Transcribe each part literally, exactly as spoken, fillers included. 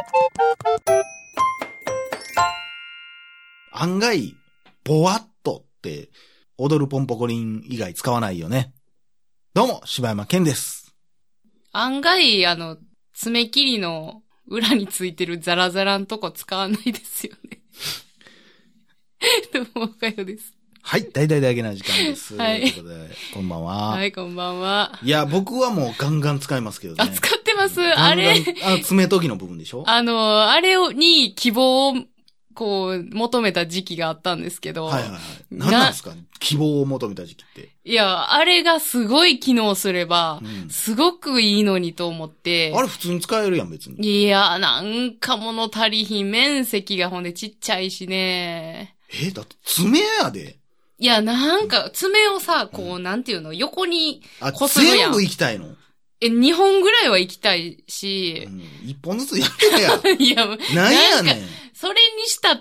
案外、ぼわっとって、踊るポンポコリン以外使わないよね。どうも、柴山健です。 案外、あの、爪切りの裏についてるザラザラのとこ使わないですよね。どうも、おかよです。 はい、大々だけな時間です。 はい。 ということで、こんばんは。 はい、こんばんは。 いや、僕はもうガンガン使いますけどね。 あ、使ってます。 ガンガンあれ。 あ、爪研ぎの部分でしょ？ あの、あれをに希望を、こう、求めた時期があったんですけど。 はいはいはい。何なんですか？希望を求めた時期って。 いや、あれがすごい機能すれば、うん、すごくいいのにと思って。 あれ普通に使えるやん、別に。 いや、なんか物足りひん。面積がほんでちっちゃいしね。 え、だって爪やで。 いや、なんか、爪をさ、こう、うん、なんていうの、横にこするやん。 あ、全部行きたいの？ え、二本ぐらいは行きたいし。 うん、一本ずつやれや。 いや、 なんやねん。 それにしたって、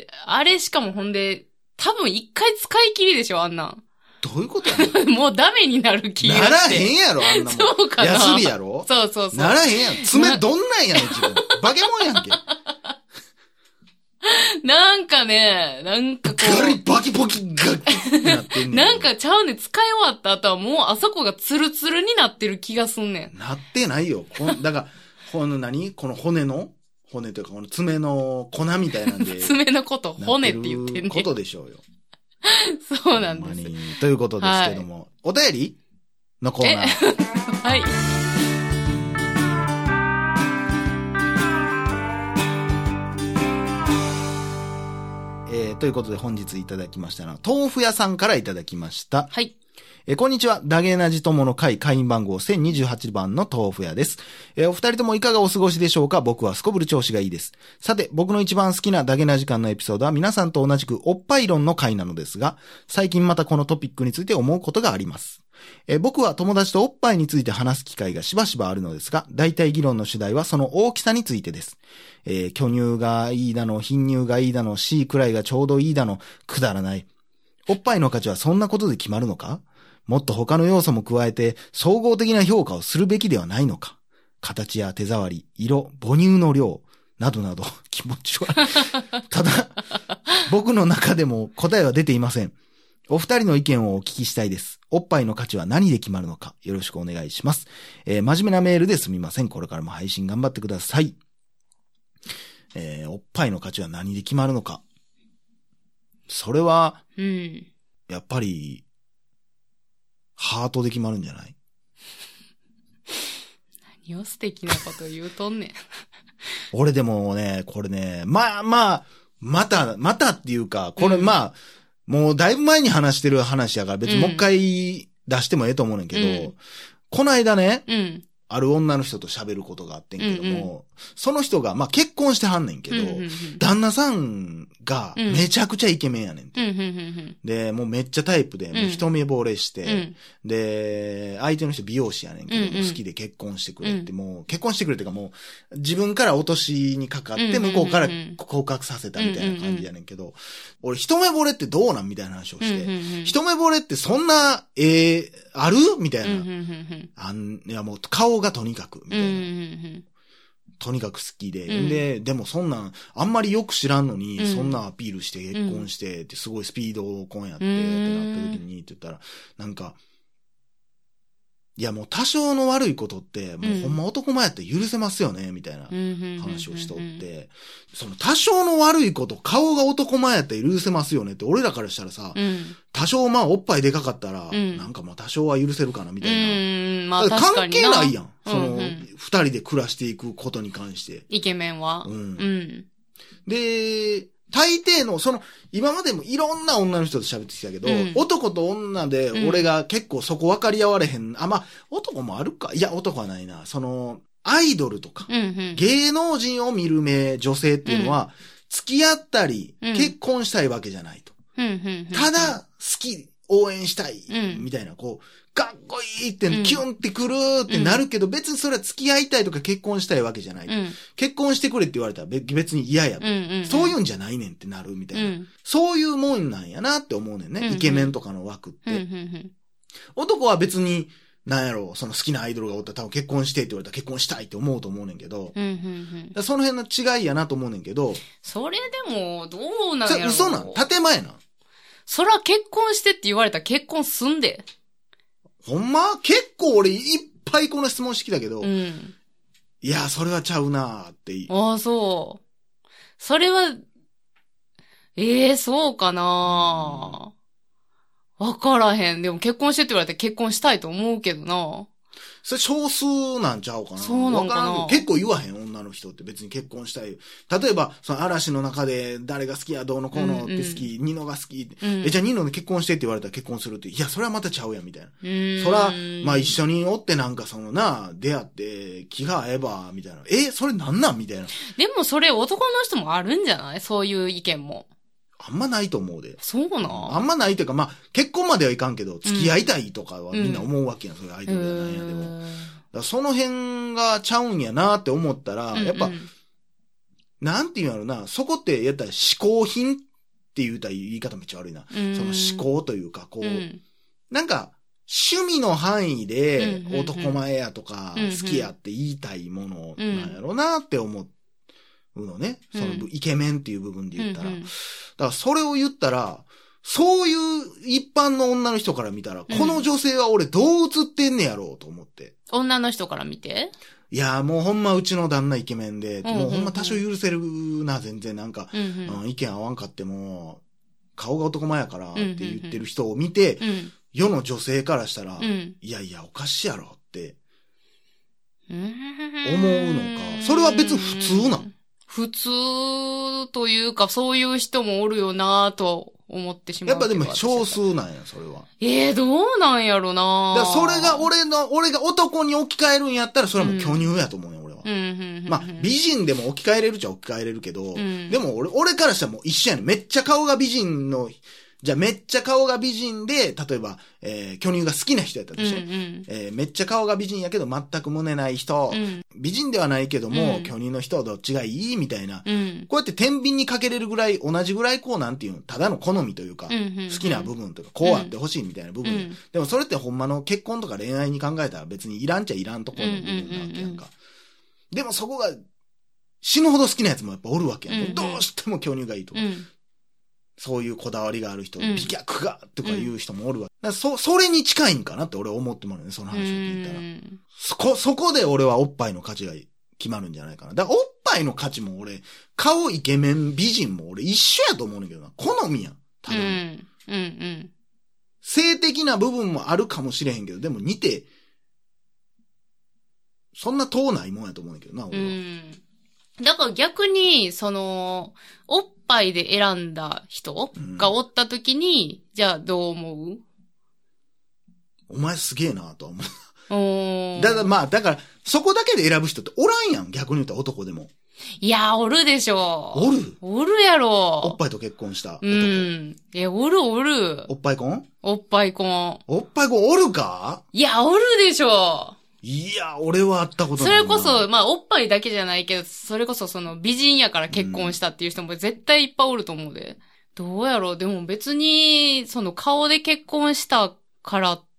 うん、あれしかもほんで、多分一回使い切りでしょ、あんなん。 どういうことやねん。 もうダメになる気がして。 ならへんやろ、あんなもん。 そうかな。 ヤスリやろ？ そうそうそう。 ならへんやん。爪どんなんやねん、自分。化け物やんけ。 なんかね、なんかこう。 ガリバキバキガキってなってんねん。 なんかちゃうねん、使い終わった後はもうあそこがツルツルになってる気がすんねん。 なってないよ。こんだから、この何この骨の骨というかこの爪の粉みたいなんで。 爪のこと、骨って言ってんねん。 ことでしょうよ。 そうなんです。 ということですけども。はい、お便りのコーナー。 はい。 えー、ということで本日いただきましたのは、豆腐屋さんからいただきました。 はい。 えー、こんにちは。ダゲナジ友の会会員番号せんにじゅうはちばんの豆腐屋です。えー、お二人ともいかがお過ごしでしょうか？僕はすこぶる調子がいいです。さて、僕の一番好きなダゲナ時間のエピソードは皆さんと同じくおっぱい論の回なのですが、最近またこのトピックについて思うことがあります。えー、僕は友達とおっぱいについて話す機会がしばしばあるのですが、大体議論の主題はその大きさについてです。えー、巨乳がいいだの、貧乳がいいだの、C くらいがちょうどいいだの、くだらない。おっぱいの価値はそんなことで決まるのか？もっと他の要素も加えて総合的な評価をするべきではないのか？形や手触り、色、母乳の量、などなど気持ちは。ただ、僕の中でも答えは出ていません。お二人の意見をお聞きしたいです。おっぱいの価値は何で決まるのか、よろしくお願いします。えー、真面目なメールですみません。これからも配信頑張ってください。えー、おっぱいの価値は何で決まるのか。それは、 うん、 やっぱり、ハートで決まるんじゃない？ 何を素敵なこと言うとんねん。 俺でもね、これね、まあまあ、また、またっていうか、これまあ、うん、もうだいぶ前に話してる話やから別にもう一回出してもええと思うねんけど、うん、この間ね、 うん、 ある女の人と喋ることがあってんけども、うんうん、その人が、まあ結婚してはんねんけど、うんうんうん、旦那さんがめちゃくちゃイケメンやねんて。 うんうんうん、 で、もうめっちゃタイプで、もう一目惚れして、 うん、 で、相手の人美容師やねんけども、うんうん、好きで結婚してくれって、もう結婚してくれってかもう、自分から落としにかかって向こうから告白させたみたいな感じやねんけど、うんうんうん、俺一目惚れってどうなんみたいな話をして、うんうんうん、一目惚れってそんな、えー、あるみたいな、 うんうんうん、 あん、いやもう顔がとにかく、みたいな。 うんうんうん、 とにかく好きで、うん、で、でもそんなん、あんまりよく知らんのに、うん、そんなアピールして結婚して、ってすごいスピード婚やって、ってなった時に、って言ったら、なんか、いやもう多少の悪いことって、もうほんま男前やって許せますよね、みたいな話をしとって、その多少の悪いこと、顔が男前やって許せますよねって、俺らからしたらさ、うん、多少まあおっぱいでかかったら、うん、なんかまあ多少は許せるかな、みたいな。 うん、まあ確かにな。 関係ないやん。その、二人で暮らしていくことに関して。 イケメンは。 うん。うん、で、大抵の、その、今までもいろんな女の人と喋ってきたけど、うん、男と女で俺が結構そこ分かり合われへん。うん、あ、まあ、男もあるか。いや、男はないな。その、アイドルとか、 うんうん、 芸能人を見る目、女性っていうのは、うん、付き合ったり、うん、結婚したいわけじゃないと。 うんうんうんうん、 ただ、好き、応援したい、うん、みたいな、こう、かっこいいって、キュンってくるってなるけど、うん、別にそれは付き合いたいとか結婚したいわけじゃない。うん、結婚してくれって言われたら別に嫌や、うんうんうん。そういうんじゃないねんってなるみたいな、うん。そういうもんなんやなって思うねんね。うんうん、イケメンとかの枠って、 うんうんうん。 男は別になんやろ、その好きなアイドルがおったら多分結婚してって言われたら結婚したいって思うと思うねんけど、 うんうんうん、 その辺の違いやなと思うねんけど、 それでも、どうなんやろ。 嘘なん？建前なん？ そら結婚してって言われたら結婚すんで。 ほんま？結構俺いっぱいこの質問してきたけど、 うん、 いや、それはちゃうなーって。 ああ、そう。それは、ええー、そうかな、うん、わからへん。でも結婚してって言われて結婚したいと思うけどな。 それ少数なんちゃうかな。 そうなんかな。 わからんけど結構言わへん、女の人って別に結婚したい。例えば、その嵐の中で誰が好きや、どうのこうのって好き、うんうん、ニノが好き、うん、え、じゃあニノで結婚してって言われたら結婚するって、いや、それはまたちゃうやん、みたいな。そら、まあ一緒におってなんかそのな、出会って気が合えば、みたいな。え、それなんなんみたいな。 でもそれ男の人もあるんじゃない？そういう意見も。 あんまないと思うで。 そうなの？ あんまないというか、まあ、結婚まではいかんけど、付き合いたいとかはみんな思うわけやん、うん、そういうアイドルやなんやでも。だからその辺がちゃうんやなって思ったら、うんうん、やっぱ、なんていうんやろな、そこってやったら嗜好品って言うたら言い方めっちゃ悪いな。うん、その嗜好というか、こう、うん、なんか、趣味の範囲で男前やとか好きやって言いたいものなんやろなって思って、のね、そのイケメンっていう部分で言ったら、うんうん、だからそれを言ったら、そういう一般の女の人から見たら、うん、この女性は俺どう映ってんねやろうと思って。 女の人から見て？ いやもうほんまうちの旦那イケメンで、うんうんうん、もうほんま多少許せるな、全然なんか、うんうんうん、意見合わんかっても、顔が男前やからって言ってる人を見て、うんうんうん、世の女性からしたら、うん、いやいやおかしいやろって、思うのか。それは別に普通なん普通というか、そういう人もおるよなぁと思ってしまう。 やっぱでも少数なんや、それは。 ええー、どうなんやろなぁ。 だからそれが俺の、俺が男に置き換えるんやったら、それはもう巨乳やと思うね、うん、俺は。うんうんうんうん、まあ、美人でも置き換えれるっちゃ置き換えれるけど、うん、でも俺、俺からしたらもう一緒やねん。めっちゃ顔が美人の、じゃあめっちゃ顔が美人で、例えば、えー、巨乳が好きな人やったとして、うんうん、えー、めっちゃ顔が美人やけど全く胸ない人、うん、美人ではないけども、うん、巨乳の人どっちがいいみたいな、うん、こうやって天秤にかけれるぐらい、同じぐらいこうなんていうの、ただの好みというか、うんうんうん、好きな部分というか、こうあってほしいみたいな部分、うん、でもそれってほんまの結婚とか恋愛に考えたら別にいらんちゃいらんところの部分なわけやんか。でもそこが死ぬほど好きなやつもやっぱおるわけやん、うんうん、どうしても巨乳がいいとか。うんそういうこだわりがある人、うん、美脚がとか言う人もおるわ。だからそ、それに近いんかなって俺は思ってもらうね、その話を聞いたら。そこ、そこで俺はおっぱいの価値が決まるんじゃないかな。だからおっぱいの価値も俺、顔イケメン美人も俺一緒やと思うねんけどな。好みやん。ただの。うん。うんうん。性的な部分もあるかもしれへんけど、でも似て、そんな遠ないもんやと思うねんけどな、俺は。うんだから逆に、その、おっぱいで選んだ人がおったときに、うん、じゃあどう思う？ お前すげえなとは思う。だからまあ、だから、そこだけで選ぶ人っておらんやん、逆に言ったら男でも。 いや、おるでしょ。 おるおるやろ。 おっぱいと結婚した男。 うん。え、おるおる。 おっぱい婚？ おっぱい婚。 おっぱい婚おるか？ いや、おるでしょ。 いや、俺は会ったことないな。 それこそ、まあ、おっぱいだけじゃないけど、それこそその美人やから結婚したっていう人も絶対いっぱいおると思うで。どうやろう？でも別に、その顔で結婚したからって、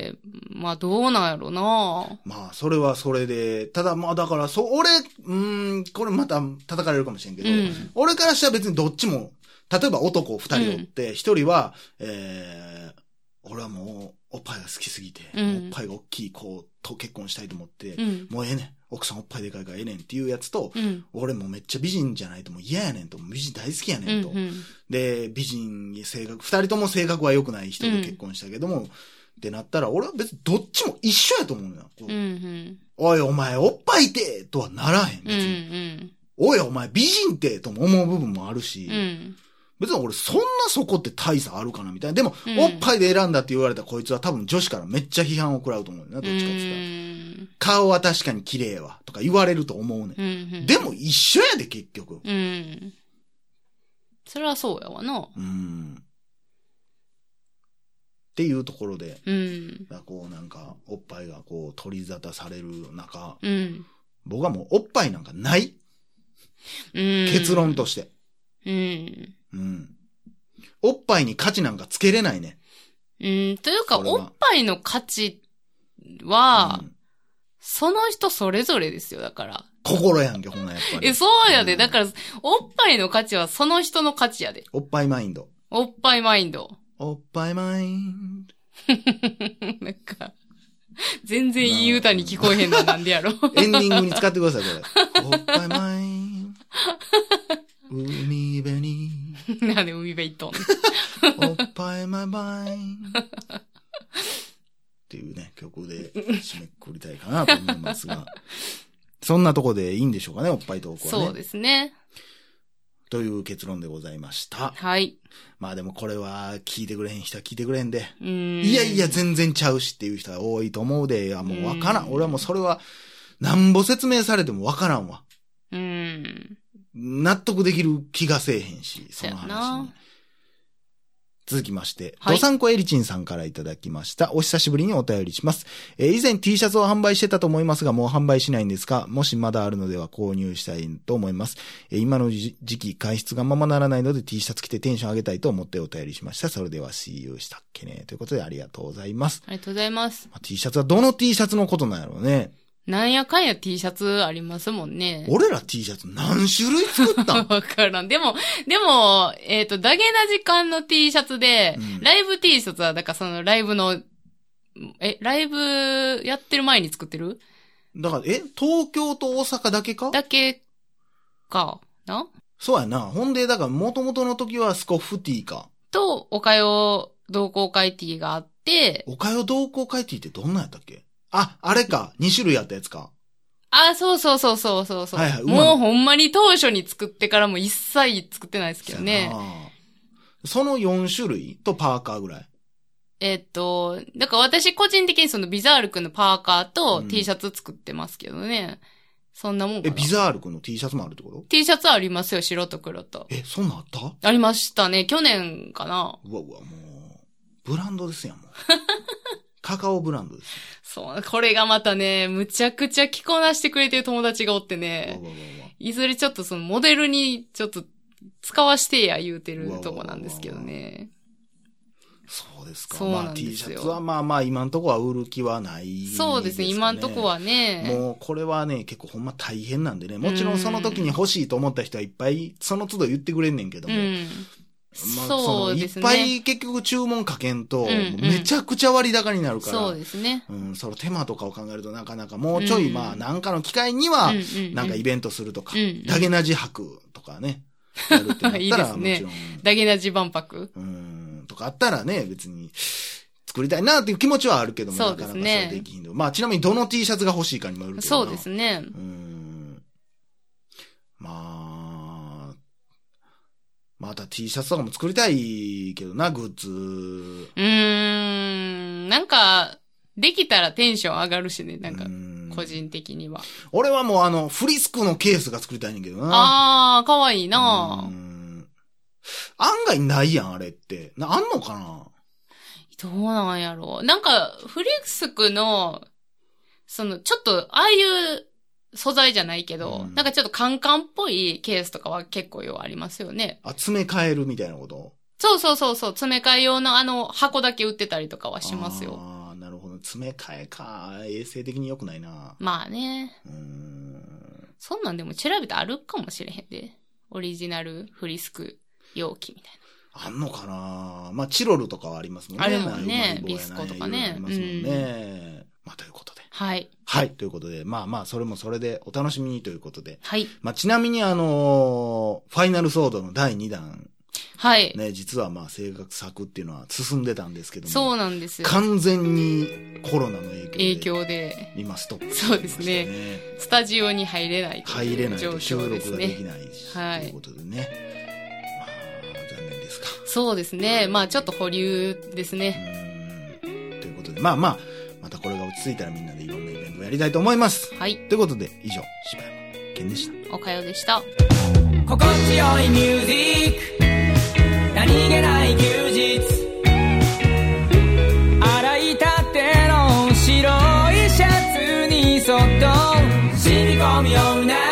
まあどうなんやろな。 まあ、それはそれで、ただまあだから、そ、俺、うーん、これまた叩かれるかもしれんけど、うん、俺からしたら別にどっちも、例えば男二人おって、一、うん、人は、えー、俺はもう、おっぱいが好きすぎて、うん、おっぱいが大きい子と結婚したいと思って、うん、もうええねん。奥さんおっぱいでかいからええねんっていうやつと、うん、俺もめっちゃ美人じゃないともう嫌やねんと、美人大好きやねんと。うんうん、で、美人、性格、二人とも性格は良くない人と結婚したけども、うん、ってなったら、俺は別にどっちも一緒やと思うのよ。うんうん、おいお前おっぱいてとはならへん、別に。うんうん、おいお前美人てとも思う部分もあるし、うん別に俺そんなそこって大差あるかなみたいな。でも、うん、おっぱいで選んだって言われたこいつは多分女子からめっちゃ批判を食らうと思うよな、どっちかって言ったら。顔は確かに綺麗わ、とか言われると思うね、うんうん。でも一緒やで、結局。うん。 それはそうやわな。 うん。っていうところで、うん。こうなんか、おっぱいがこう取り沙汰される中、うん。僕はもうおっぱいなんかない。うん。結論として。うん。うん。おっぱいに価値なんかつけれないね。 うん、というか、おっぱいの価値っは、 うんその人それぞれですよ、だから。 心やんけ、ほんなやっぱり。 え、そうやで。 うんだから、おっぱいの価値はその人の価値やで。 おっぱいマインド。 おっぱいマインド。 おっぱいマインなんか、全然いい歌に聞こえへんのなんでやろ。 ド。エンディングに使ってください、これ。おっぱいマインド。海辺に。 なんで海辺行っとんのおっぱいマイマインド。っていうね、曲で締めくくりたいかなと思いますが。そんなとこでいいんでしょうかね、おっぱいトークはね。 そうですね。 という結論でございました。 はい。 まあでもこれは聞いてくれへん人は聞いてくれへんで。 うーんいやいや全然ちゃうしっていう人は多いと思うで、いやもうわからん。 うん俺はもうそれは、なんぼ説明されてもわからんわ。 うーん。 納得できる気がせえへんし、そのそうや話なに。続きまして、 はいドサンコエリチンさんからいただきました。お久しぶりにお便りします。えー以前 T シャツを販売してたと思いますが、もう販売しないんですが、もしまだあるのでは購入したいと思います。えー今の時期、外出がままならないので T シャツ着てテンション上げたいと思ってお便りしました。それでは See you したっけね。ということでありがとうございます。 ありがとうございます。 まあ T シャツはどの T シャツのことなんやろうね。 なんやかんや T シャツありますもんね。 俺ら T シャツ何種類作ったんわからん。でも、でも、えっ、と、ダゲな時間の T シャツで、 うんライブ T シャツは、だからそのライブの、え、ライブやってる前に作ってるだから、え東京と大阪だけかだけかなそうやな。ほんで、だから元々の時はスコフ T か。 と、おかよ同好会 T があって、 おかよ同好会 T ってどんなんやったっけあ、あれか。に種類あったやつか。 あ、そうそうそうそうそうそう、 はいはいうまいもうほんまに当初に作ってからも一切作ってないですけどそうやね。 なそのよん種類とパーカーぐらい。 えっと、だから私個人的にそのビザール君のパーカーとうん T シャツ作ってますけどね。そんなもんかえ、 な。 ビザール君の T シャツもあるってこと T シャツありますよ、白と黒と。 え、そんなんあったありましたね。去年かな。 うわうわ、もう、ブランドですやん、もう。カカオブランドですそう、これがまたね、むちゃくちゃ着こなしてくれてる友達がおってよ。うねわ、うわうわうわ。 いずれちょっとそのモデルにちょっと使わしてや言うてるとこなんですけどね。 そうですか。 そうまあなんですよ T シャツはまあまあ今んとこは売る気はないですかね。 そうですね、今んとこはね。 もうこれはね、結構ほんま大変なんでね。もちろんその時に欲しいと思った人はいっぱいその都度言ってくれんねんけども。 うん。 まあ、 そうですね。 いっぱい結局注文かけんと、 うんうんめちゃくちゃ割高になるから。 そうですね。 うん、その手間とかを考えるとなかなかもうちょい、 うんまあなんかの機会には、 うんうんうんなんかイベントするとか、 うんうんダゲナジ博とかね、やるってなったらいいですねもちろん、 ダゲナジ万博。 うん、とかあったらね、別に作りたいなっていう気持ちはあるけども、 そうですねなかなかそれできひんの。まあちなみにどの T シャツが欲しいかにもよるけどな。 そうですね。 うん。まあ、また T シャツとかも作りたいけどな、グッズ。 うーん。なんか、できたらテンション上がるしね、なんかう、ん個人的には。 俺はもうあの、フリスクのケースが作りたいねんけどな。 あー、かわいいなうぁ。 ん案外ないやん、あれって。な、あんのかなどうなんやろう。なんか、フリスクの、その、ちょっと、ああいう素材じゃないけど、 うんなんかちょっとカンカンっぽいケースとかは結構ようありますよね。 あ、詰め替えるみたいなことそうそうそうそう、詰め替え用のあの箱だけ売ってたりとかはしますよ。 ああ、なるほど。詰め替えか。衛生的に良くないな。 まあね。 うーん。 そんなんでも調べてあるかもしれへんで。オリジナルフリスク容器みたいあんのかなまあ、チロルとかはありますもんね。 あるもんねうまい棒やなビスコとかねいろいろありますもんね。まあ、ということで。 な。はい。 はい。ということで、まあまあ、それもそれでお楽しみにということで。 はい。 まあ、ちなみにあのーファイナルソードのだいにだん、 はい。 ね、実はまあ、制作っていうのは進んでたんですけども。 そうなんですよ。 完全にコロナの影響で。 影響で、 今ストップそうですねしてましてね。 スタジオに入れないと入れないいう状と収況です録ができね。 ないし、 はいということでね。まあ、残念ですか。 そうですね。まあちょっと保留ですね。 うーんということで、まあまあ、またこれが落ち着いたらみんなでいろんなイベントをやりたいと思います。 はい。 ということで、以上、柴山健でした。 おかよでした。 心地よいミュージック何気ない休日洗いたての白いシャツにそっと染み込むような